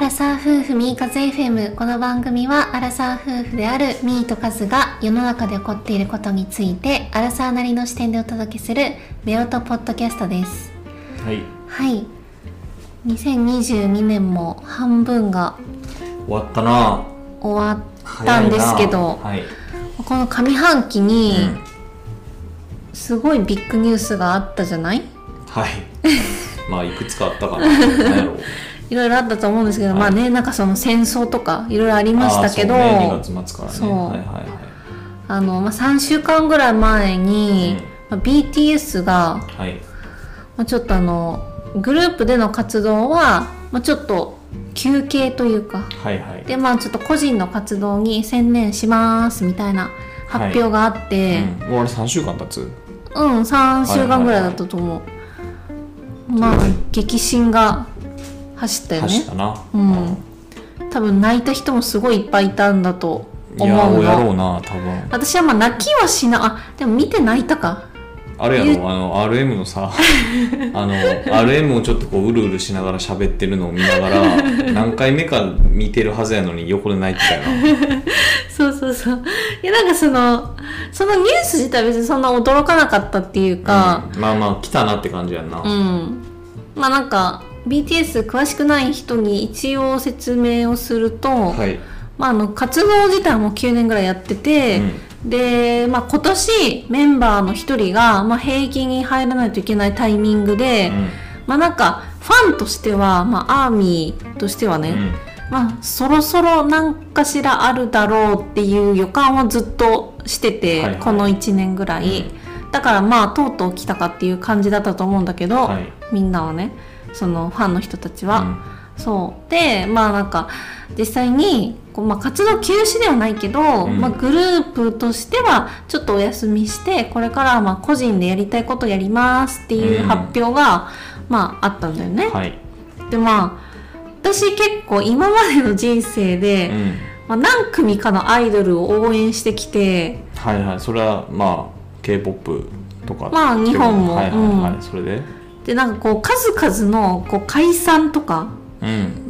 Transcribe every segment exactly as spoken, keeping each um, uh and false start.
ラサー夫婦ミーカズ エフエム。 この番組はアラサー夫婦であるミーとカズが世の中で起こっていることについてアラサーなりの視点でお届けするメロトポッドキャストです。 はいはいにせんにじゅうにねんも半分が終わったな終わったんですけど、 はい、 この上半期にすごいビッグニュースがあったじゃない？ はいまあいくつかあったかな何やろういろいろあったと思うんですけど、 はい、 まあね、なんかその戦争とかいろいろありましたけど、 そうね、にがつ末からね。 そう、 はいはいはい、 あの、まあ、さんしゅうかんぐらい前に、うんまあ、ビーティーエス が、 はいまあ、ちょっとあのグループでの活動は、まあ、ちょっと休憩というか、 はいはい、 でまあちょっと個人の活動に専念しますみたいな発表があって、はいうん、もうあれさんしゅうかん経つ？ うんさんしゅうかんぐらいだったと思う、はいはいはい、まあ激震が走ったよね。 走ったな、 うん、多分泣いた人もすごいいっぱいいたんだと思うの。 いややろうな多分。 私はまあ泣きはしなあでも見て泣いたか。 あれやろあの アールエム のさあの アールエム をちょっとこううるうるしながら喋ってるのを見ながら何回目か見てるはずやのに横で泣いてたよなそうそうそういやなんかそのそのニュース自体別にそんな驚かなかったっていうか、 うん、まあまあ来たなって感じやんな。 うんまあなんかビーティーエス 詳しくない人に一応説明をすると、はいまあ、あの活動自体もきゅうねんぐらいやってて、うん、で、まあ、今年メンバーの一人が、まあ、兵役に入らないといけないタイミングで、うんまあ、なんかファンとしては、まあ、アーミーとしてはね、うんまあ、そろそろ何かしらあるだろうっていう予感をずっとしてて、はいはい、このいちねんぐらい、うん、だからまあとうとう来たかっていう感じだったと思うんだけど、はい、みんなはねそのファンの人たちは、うん、そうでまあなんか実際にこう、まあ、活動休止ではないけど、うんまあ、グループとしてはちょっとお休みしてこれからはまあ個人でやりたいことやりますっていう発表が、うん、まああったんだよね、はい、でまあ私結構今までの人生で、うんまあ、何組かのアイドルを応援してきてはいはいそれはまあ K-ポップ とかまあ日本もはいはいはい、うん、それででなんかこう数々のこう解散とか、うん、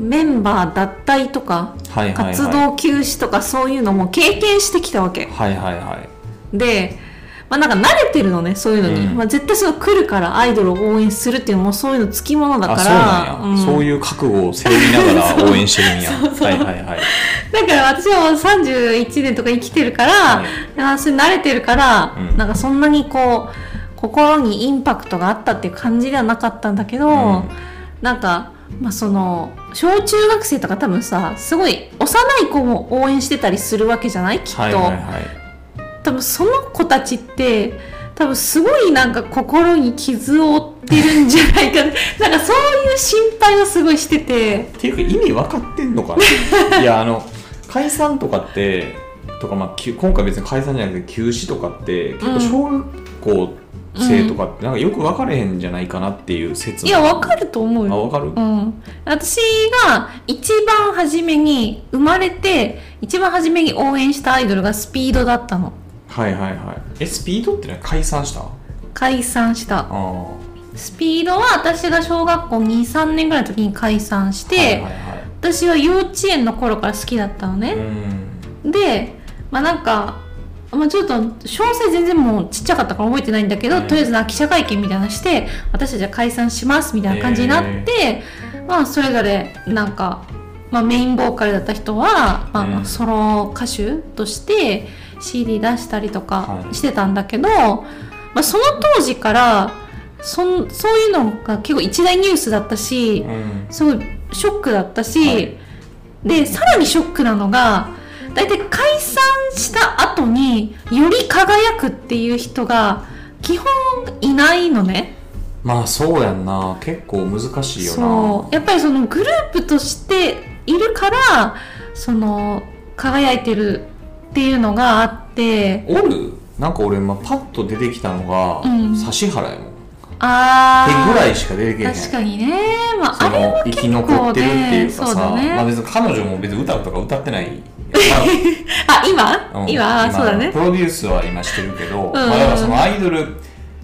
メンバー脱退とか、はいはいはい、活動休止とかそういうのも経験してきたわけ、 はいはいはい、 で、まあ、なんか慣れてるのねそういうのに、うんまあ、絶対その来るからアイドルを応援するっていうのもそういうのつきものだから。あそうなんや、うん、そういう覚悟を背負いながら応援してるんやそうそう、はいはいはい、 だから私はもうさんじゅういちねんとか生きてるから、はい、あそれ慣れてるから、うん、なんかそんなにこう心にインパクトがあったっていう感じではなかったんだけど、うん、なんか、まあ、その小中学生とか多分さすごい幼い子も応援してたりするわけじゃないきっと、はいはいはい、多分その子たちって多分すごいなんか心に傷を負ってるんじゃないかなんかそういう心配をすごいしててっていうか意味分かってんのかないやあの解散とかってとか、まあ、今回別に解散じゃなくて休止とかって結構小学校生とかってなんかよく分かれへんじゃないかなっていう説、 うん、いや分かると思うよ。 あ分かる、 うん、私が一番初めに生まれて一番初めに応援したアイドルがスピードだったの。 はいはいはい。えスピードってのは解散した？ 解散した。あスピードは私が小学校に、さんねんぐらいの時に解散して、はいはいはい、私は幼稚園の頃から好きだったのね。うんでまあなんかまあ、ちょっと詳細全然もうちっちゃかったから覚えてないんだけど、うん、とりあえずな記者会見みたいなのして私たちは解散しますみたいな感じになって、えー、まあそれぞれなんか、まあ、メインボーカルだった人は、まあ、ソロ歌手として シーディー 出したりとかしてたんだけど、はいまあ、その当時からそ, そういうのが結構一大ニュースだったし、うん、すごいショックだったし、はい、でさらにショックなのがだいたい解散した後により輝くっていう人が基本いないのね。 まあそうやんな結構難しいよな。 そうやっぱりそのグループとしているからその輝いてるっていうのがあっておるなんか俺、まあ、パッと出てきたのが、うん、指原やもん。 あ手ぐらいしか出てけへん。 確かにね、まあ、 そのあれは生き残ってるっていうかさ、 ねまあ、別に彼女も別に歌とか歌ってないあ今、うん、今今そうだねプロデュースは今してるけど、うんまあ、だからそのアイドル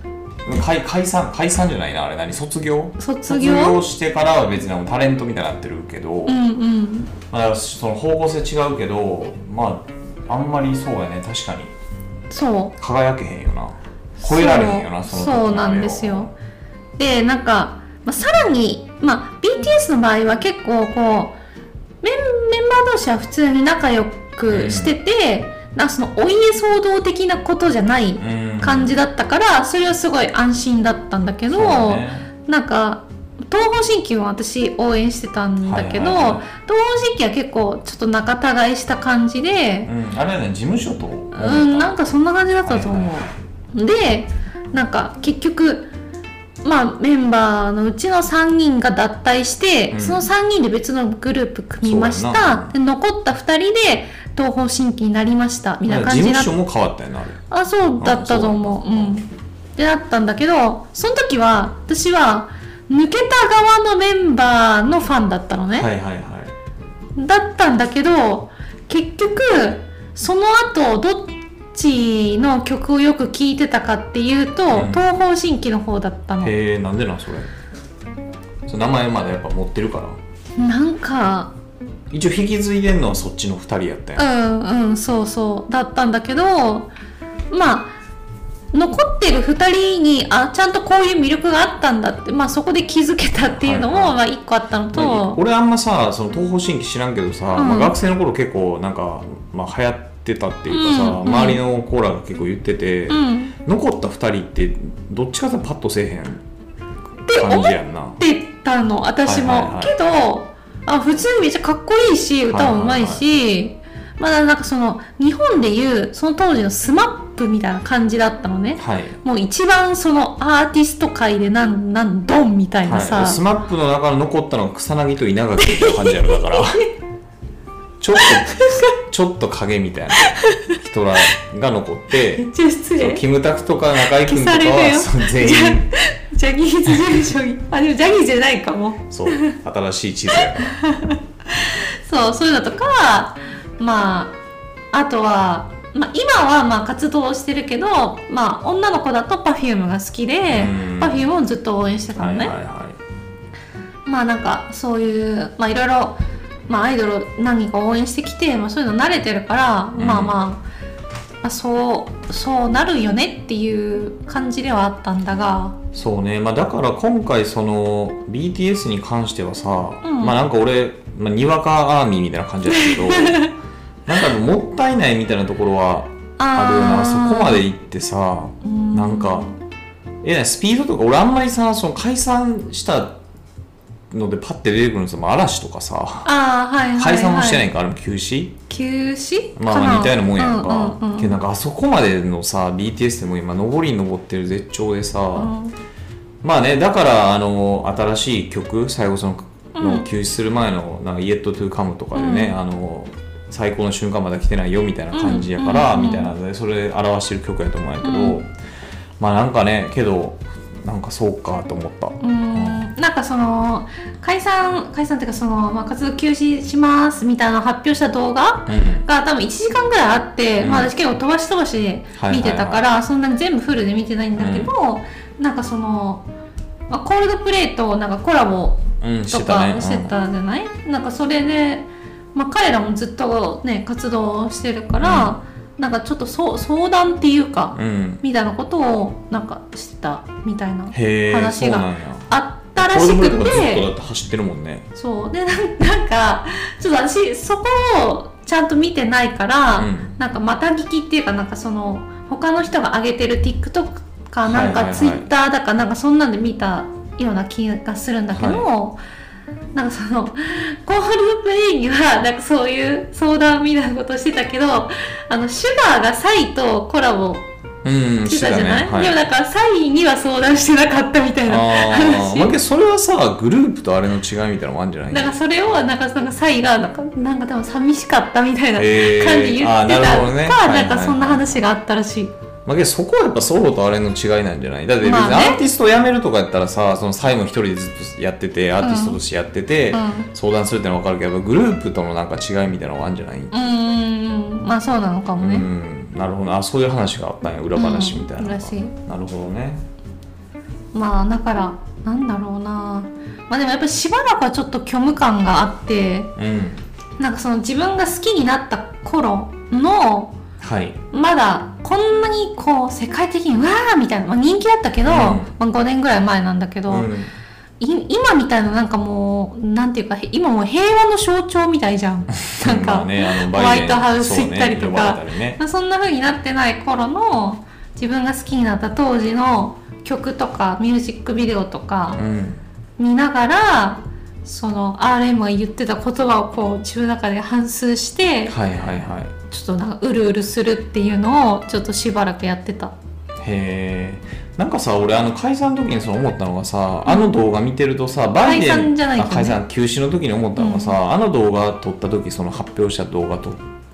解解散解散じゃないなあれ何卒業卒業卒業してからは別にタレントみたいになってるけど、 うんうんまあ、だからその方向性違うけどまああんまりそうやね確かにそう輝けへんよな超えられへんよなその時のそうなんですよ。でなんか、まあ、さらに、まあ、ビーティーエス の場合は結構こうメン、メンバー同士は普通に仲良くしてて、うん、なんかそのお家騒動的なことじゃない感じだったから、うん、それはすごい安心だったんだけど、ね、なんか東方神起も私応援してたんだけど、はいはいはい、東方神起は結構ちょっと仲違いした感じで、 うん、あれはね事務所とうんなんかそんな感じだったと思う、はいはいはい、でなんか結局まあメンバーのうちのさんにんが脱退して、うん、そのさんにんで別のグループ組みました。で残ったふたりで東方神起になりましたみたいな感じになって、 事務所も変わったよなあれ。 あそうだったと思う。うん。でだったんだけどその時は私は抜けた側のメンバーのファンだったのね。 はいはいはい。 だったんだけど結局その後どっちの曲をよく聴いてたかっていうと、うん、東方神起の方だったの。 へえなんでなんそれ。その名前までやっぱ持ってるから。 なんか一応引き継いでんのはそっちのふたりやったやん。うんうんそうそうだったんだけどまあ残ってるふたりにあちゃんとこういう魅力があったんだって、まあ、そこで気づけたっていうのも、はいはいまあ、いっこあったのと、まあ、 俺あんまさその東方神起知らんけどさ、うんまあ、学生の頃結構なんか、まあ、流行ってたっていうかさ、うん、周りのコーラが結構言ってて、うん、残ったふたりってどっちかさパッとせえへん感じやんなって思ってたの私も、はいはいはい、けどあ普通にめっちゃかっこいいし歌もうまいし、はいはいはいまだなんかその日本でいうその当時のスマップみたいな感じだったのね、はい、もう一番そのアーティスト界でなんなんドンみたいなさ、はい、 スマップの中に残ったのが草薙と稲垣みたいな感じやろだからちょっとちょっと影みたいな人らが残ってめっちゃ失礼キムタクとか中居君とかは全員ジャニーズ事務所にあでもジャニーズじゃないかもそう新しい地図やからそうそういうのとかまあ、あとは、まあ、今はまあ活動してるけど、まあ、女の子だと Perfume が好きで Perfume をずっと応援してたのね、はいはいはい、まあなんかそういうまあいろいろ、まあ、アイドル何人か応援してきて、まあ、そういうの慣れてるから、うん、まあまあそうそうなるよねっていう感じではあったんだがそうね、まあ、だから今回その ビーティーエス に関してはさ、うん、まあなんか俺、まあ、にわかアーミーみたいな感じだったけどなんかもったいないみたいなところはあるよなそこまで行ってさなんかえスピードとか俺あんまりさその解散したのでパッて出てくるんですよ嵐とかさあ、はいはいはい、 解散もしてないんかあれも休止休止まあまあ似たようなもんやんか、うんうんうん、けどなんかあそこまでのさ ビーティーエス でも今上りに上ってる絶頂でさ、うん、まあねだからあの新しい曲最後その、うん、の休止する前のなんか Yet to Come とかでね、うん、あの最高の瞬間まだ来てないよみたいな感じやから、うん、みたいなのでそれ表してる曲やと思うんやけど、うん、まあなんかねけどなんかそうかと思った。 うん、なんかその解散解散っていうかその、まあ、活動休止しますみたいなのを発表した動画が多分いちじかんぐらいあって、うんまあ、私結構飛ばし飛ばしで見てたから、はいはいはい、そんなに全部フルで見てないんだけど、うん、なんかその、まあ、コールドプレイとなんかコラボとかしてたじゃない、うん、なんかそれでまあ、彼らもずっとね活動してるから、うん、なんかちょっとそ相談っていうか、うん、みたいなことをなんかしてたみたいな話があったらしくて、ずっとだって走ってるもんね。 そうでなんかちょっと私そこをちゃんと見てないから、うん、なんかまた聞きっていうかなんかその他の人が上げてる TikTok かなんか Twitter だかなんかそんなんで見たような気がするんだけど。はいなんかそのコールドプレイにはなんかそういう相談みたいなことをしてたけどあのシュガーがサイとコラボしてたじゃない、うんねはい、でもなんかサイには相談してなかったみたいな話あ、まあ、それはさグループとあれの違いみたいなのもあるんじゃないだからそれをなんかなんかサイがなんかなんか多分寂しかったみたいな感じで言ってたか、えーなね、なんかそんな話があったらしい。 まあ、そこはやっぱソロとあれの違いなんじゃない？だって別にアーティストを辞めるとかやったらさ、そのサイも一人でずっとやっててアーティストとしてやってて、うん、相談するってのは分かるけどグループとのなんか違いみたいなのがあるんじゃない？うーんまあそうなのかもね。うんなるほどあそういう話があったんや裏話みたいな、うん、 らしい。 なるほどね。 まあだからなんだろうな、まあでもやっぱりしばらくはちょっと虚無感があって、うん、なんかその自分が好きになった頃の、はい、まだこんなにこう世界的にわーみたいな、まあ、人気だったけど、うん、まあ、ごねんぐらい前なんだけど、うん、今みたいななんかもうなんていうか今もう平和の象徴みたいじゃんなんか、ね、あのホワイトハウス行ったりとか そ,、ねね、そんな風になってない頃の自分が好きになった当時の曲とかミュージックビデオとか見ながら、うん、その アールエム が言ってた言葉をこう自分の中で反芻して、はいはいはい、ちょっとなんかうるうるするっていうのをちょっとしばらくやってた。 へー、なんかさ俺あの解散の時にその思ったのがさ、うん、あの動画見てるとさバイデン解散じゃないけど、ね、解散休止の時に思ったのがさ、うん、あの動画撮った時その発表した動画撮った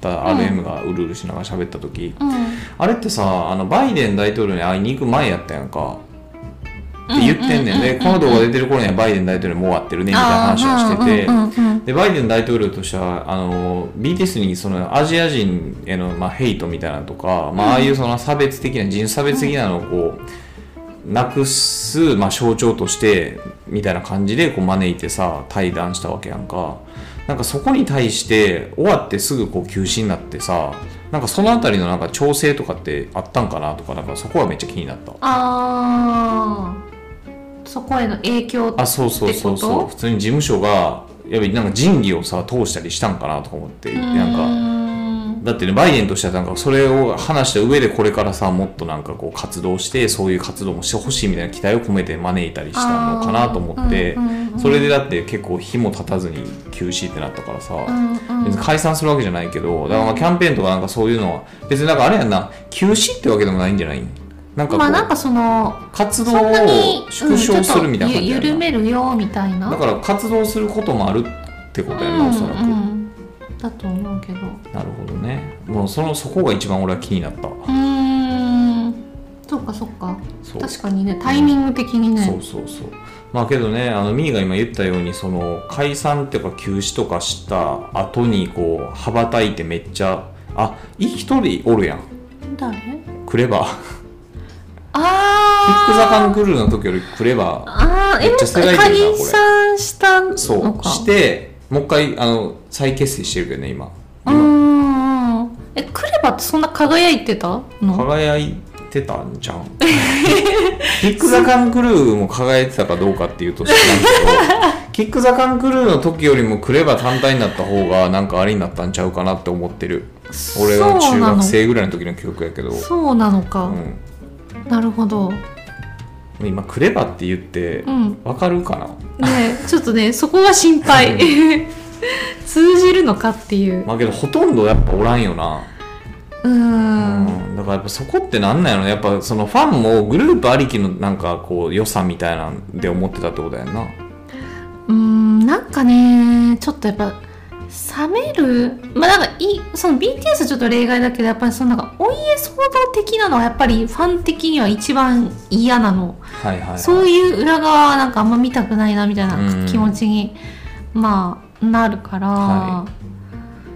アールエム がうるうるしながら喋った時、うん、あれってさあのバイデン大統領に会いに行く前やったやんかって言ってんねんで、この動画出てる頃にはバイデン大統領も終わってるねみたいな話をしてて、でバイデン大統領としてはあの ビーティーエス にそのアジア人への、まあ、ヘイトみたいなのとか、まあ、ああいうその差別的な人種差別的なのをこうなくす、まあ、象徴としてみたいな感じでこう招いてさ対談したわけやんか。なんかそこに対して終わってすぐこう休止になってさ、なんかそのあたりのなんか調整とかってあったんかなとか、なんかそこはめっちゃ気になった。 あー、そこへの影響ってこと？ あ、そうそうそうそう。普通に事務所がやっぱりなんか仁義をさ通したりしたんかなとか思って、なんかだってねバイデンとしてはなんかそれを話した上でこれからさもっとなんかこう活動してそういう活動もしてほしいみたいな期待を込めて招いたりしたのかなと思って、うんうんうん、それでだって結構日も経たずに休止ってなったからさ、うんうん、別に解散するわけじゃないけど、だからまあキャンペーンとかなんかそういうのは別になんかあれやんな、休止ってわけでもないんじゃない？なんかこう、まあ、なんかその活動を縮小するみたいな感じやな、うん、 緩めるよみたいな。 だから活動することもあるってことやな、おそらく、うん、 だと思うけど。 なるほどね。もうそのそこが一番俺は気になった。うーん、そっかそっか。確かにね、タイミング的にね、 うん、そうそうそう。まあけどね、あのミーが今言ったようにその解散っていうか休止とかした後にこう羽ばたいてめっちゃ、あ、一人おるやん。 誰？ クレバー。あー。キックザカンクルーの時よりクレバー。 あー、めっちゃ世代的なこれ。解散したのか。 そうしてもう一回あの再結成してるけどね今。 今うん。え、クレバーってそんな輝いてたの？ 輝いてたんじゃん。キックザカンクルーも輝いてたかどうかっていうと知らんけど、キックザカンクルーの時よりもクレバー単体になった方がなんかあれになったんちゃうかなって思ってる。俺が中学生ぐらいの時の記憶やけど。 そうなのか。うん、なるほど。 今クレバって言ってわかるかな、 うん、ね、ちょっとねそこが心配。通じるのかっていう。 まあけどほとんどやっぱおらんよな。 うーん、 うん、だからやっぱそこってなんなんやろね。やっぱそのファンもグループありきのなんかこう良さみたいなんで思ってたってことやんな。 うーん、なんかねちょっとやっぱ冷める、まあなんかいその ビーティーエス ちょっと例外だけど、やっぱりそのなんかお家騒動的なのはやっぱりファン的には一番嫌なの、はいはいはい、そういう裏側はなんかあんま見たくないなみたいな気持ちに、うん、まあなるから、はい、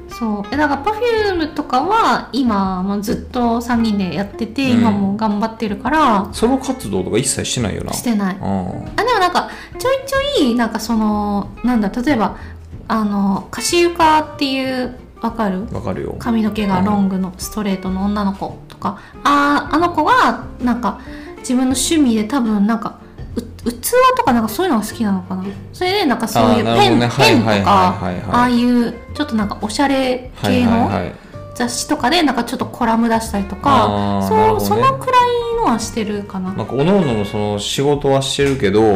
そうえだから Perfume とかは今もずっとさんにんでやってて、うん、今も頑張ってるからソロ活動とか一切してないよな。 してない。あでもなんかちょいちょいなんかそのなんだ例えばあのカシユカっていうわかる？ わかるよ。 髪の毛がロングのストレートの女の子とか、ああの子がなんか自分の趣味で多分なんかう器とかなんかそういうのが好きなのかな。それでなんかそういうペン、ね、ペンとかああいうちょっとなんかおしゃれ系の雑誌とかでなんかちょっとコラム出したりとか、そ, ね、そのくらいのはしてるかな。 なんかおのおののその仕事はしてるけど、うん、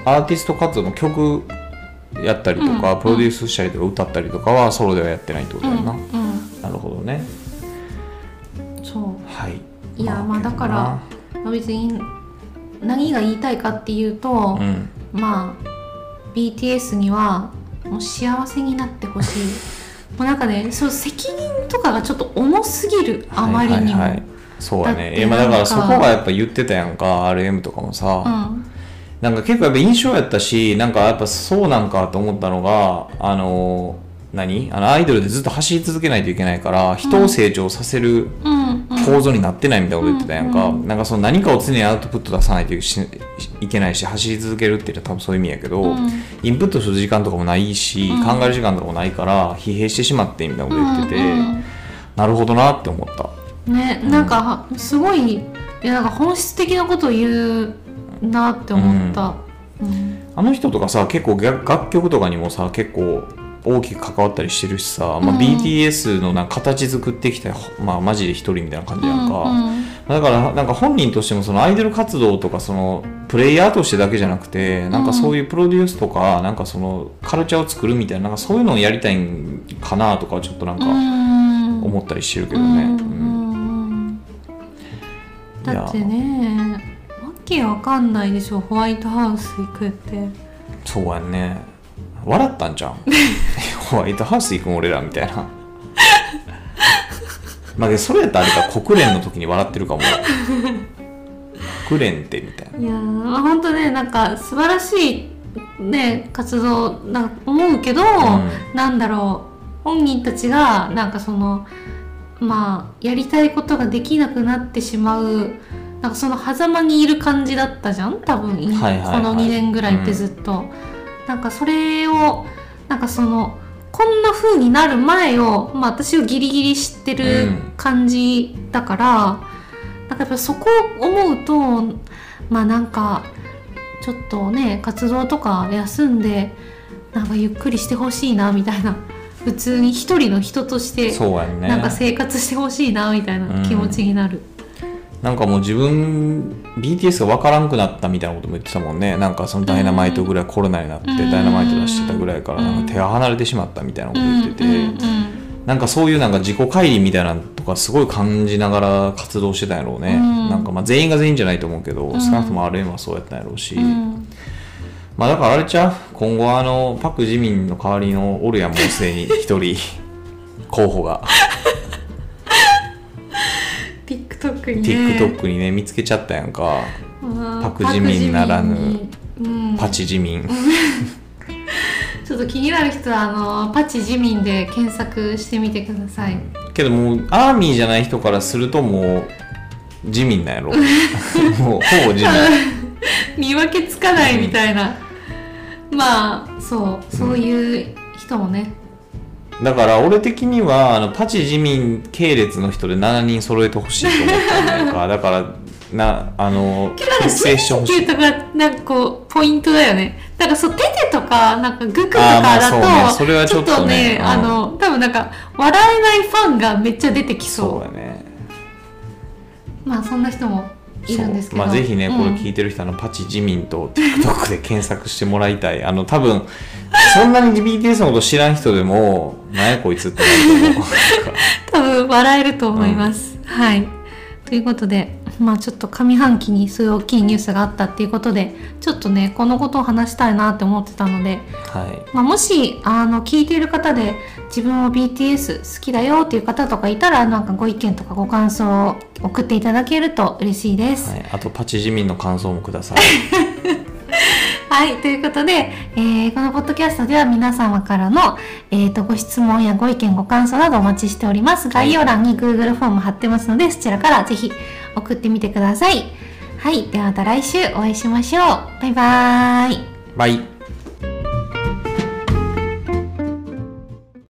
アーティスト活動の曲やったりとか、うん、プロデュースしたりとか歌ったりとかはソロではやってないってことだよな、うんうん、なるほどね。 そう、 はい、 いやまあだから、まあ、別に何が言いたいかっていうと、うん、まあ ビーティーエス にはもう幸せになってほしい。もうなんかねそう責任とかがちょっと重すぎる、あまりにも、はいはいはい、そうやね。 だ, だからそこがやっぱ言ってたやんか アールエム とかもさ、うんなんか結構やっぱ印象やったし、なんかやっぱそうなんかと思ったのが、あの何あのアイドルでずっと走り続けないといけないから、人を成長させる、うん、 構造になってないみたいなこと言ってたやんか、うんうん、なんかその何かを常にアウトプット出さないといけないし走り続けるって言ったら多分そういう意味やけど、うん、インプットする時間とかもないし、うん、考える時間とかもないから疲弊してしまってみたいなこと言ってて、うんうん、なるほどなって思ったね、なんかすごい、いやなんか本質的なことを言うなって思った、 うんうん、あの人とかさ結構楽曲とかにもさ結構大きく関わったりしてるしさ、まあ、ビーティーエス のなんか形作ってきた、まあ、マジで一人みたいな感じやんか、うんうん、だからなんか本人としてもそのアイドル活動とかそのプレイヤーとしてだけじゃなくてなんかそういうプロデュースとかなんかそのカルチャーを作るみたいな、なんかそういうのをやりたいんかなとかちょっとなんか思ったりしてるけどね、うんうん、 だってねわけわかんないでしょ、ホワイトハウス行くって。 そうやんね、笑ったんじゃんホワイトハウス行くん俺らみたいなまあそれやったらあれか国連の時に笑ってるかも国連ってみたいな。 いやー本当ね、なんか素晴らしいね活動だと思うけど、うん、なんだろう、本人たちがなんかそのまあやりたいことができなくなってしまう、なんかその狭間にいる感じだったじゃん多分、はいはいはい、このにねんぐらいってずっと、うん、なんかそれをなんかそのこんな風になる前を、まあ、私をギリギリ知ってる感じだから、うん、なんかやっぱそこを思うとまあなんかちょっとね活動とか休んでなんかゆっくりしてほしいなみたいな、普通に一人の人としてなんか生活してほしいなみたいな気持ちになる、 うん、なんかもう自分 ビーティーエス が分からんくなったみたいなことも言ってたもんね。なんかそのダイナマイトぐらいコロナになって、うん、ダイナマイト出してたぐらいからなんか手が離れてしまったみたいなこと言ってて、うんうんうん、なんかそういうなんか自己乖離みたいなのとかすごい感じながら活動してたんやろうね、うん、なんかまあ全員が全員じゃないと思うけど、うん、少なくとも アールエム はそうやったんやろうし、うん、まあだからあれちゃう、今後あのパク・ジミンの代わりのおるやんもうすでに一人候補が TikTok にね TikTok にね見つけちゃったやんか。パクジミンならぬ、うん、パチジミンちょっと気になる人はあのパチジミンで検索してみてください。 けどもうアーミーじゃない人からするともうジミンなんやろもうほぼジミン見分けつかないみたいな、うん、まあそうそういう人もね、 だから俺的にはあのパチ・ジミン系列の人でしちにん揃えてほしいと思ったんだかだからなあの結成してほしいとかなんかこうポイントだよね。だからそうテテとかなんかグクとかだと、 まあそれはちょっとね、 ちょっとね、うん、あの多分なんか笑えないファンがめっちゃ出てきそう。 そうだね。 まあそんな人もいるんですけど、 まあ、ぜひね、うん、これ聞いてる人のパチ・ジミンと TikTok で検索してもらいたいあの多分そんなに ビーティーエス のこと知らん人でも何やこいつってなると思う多分笑えると思います、うん、はいということでまあちょっと上半期にそういう大きいニュースがあったっていうことでちょっとねこのことを話したいなって思ってたので、はいまあ、もしあの聞いている方で自分も ビーティーエス 好きだよっていう方とかいたらなんかご意見とかご感想を送っていただけると嬉しいです、 はい、あとパチジミンの感想もくださいはいということで、えー、このポッドキャストでは皆様からの、えー、とご質問やご意見ご感想などお待ちしております。概要欄に Google フォーム貼ってますのでそちらからぜひ送ってみてください。はいではまた来週お会いしましょう。バイバーイ。 バイ。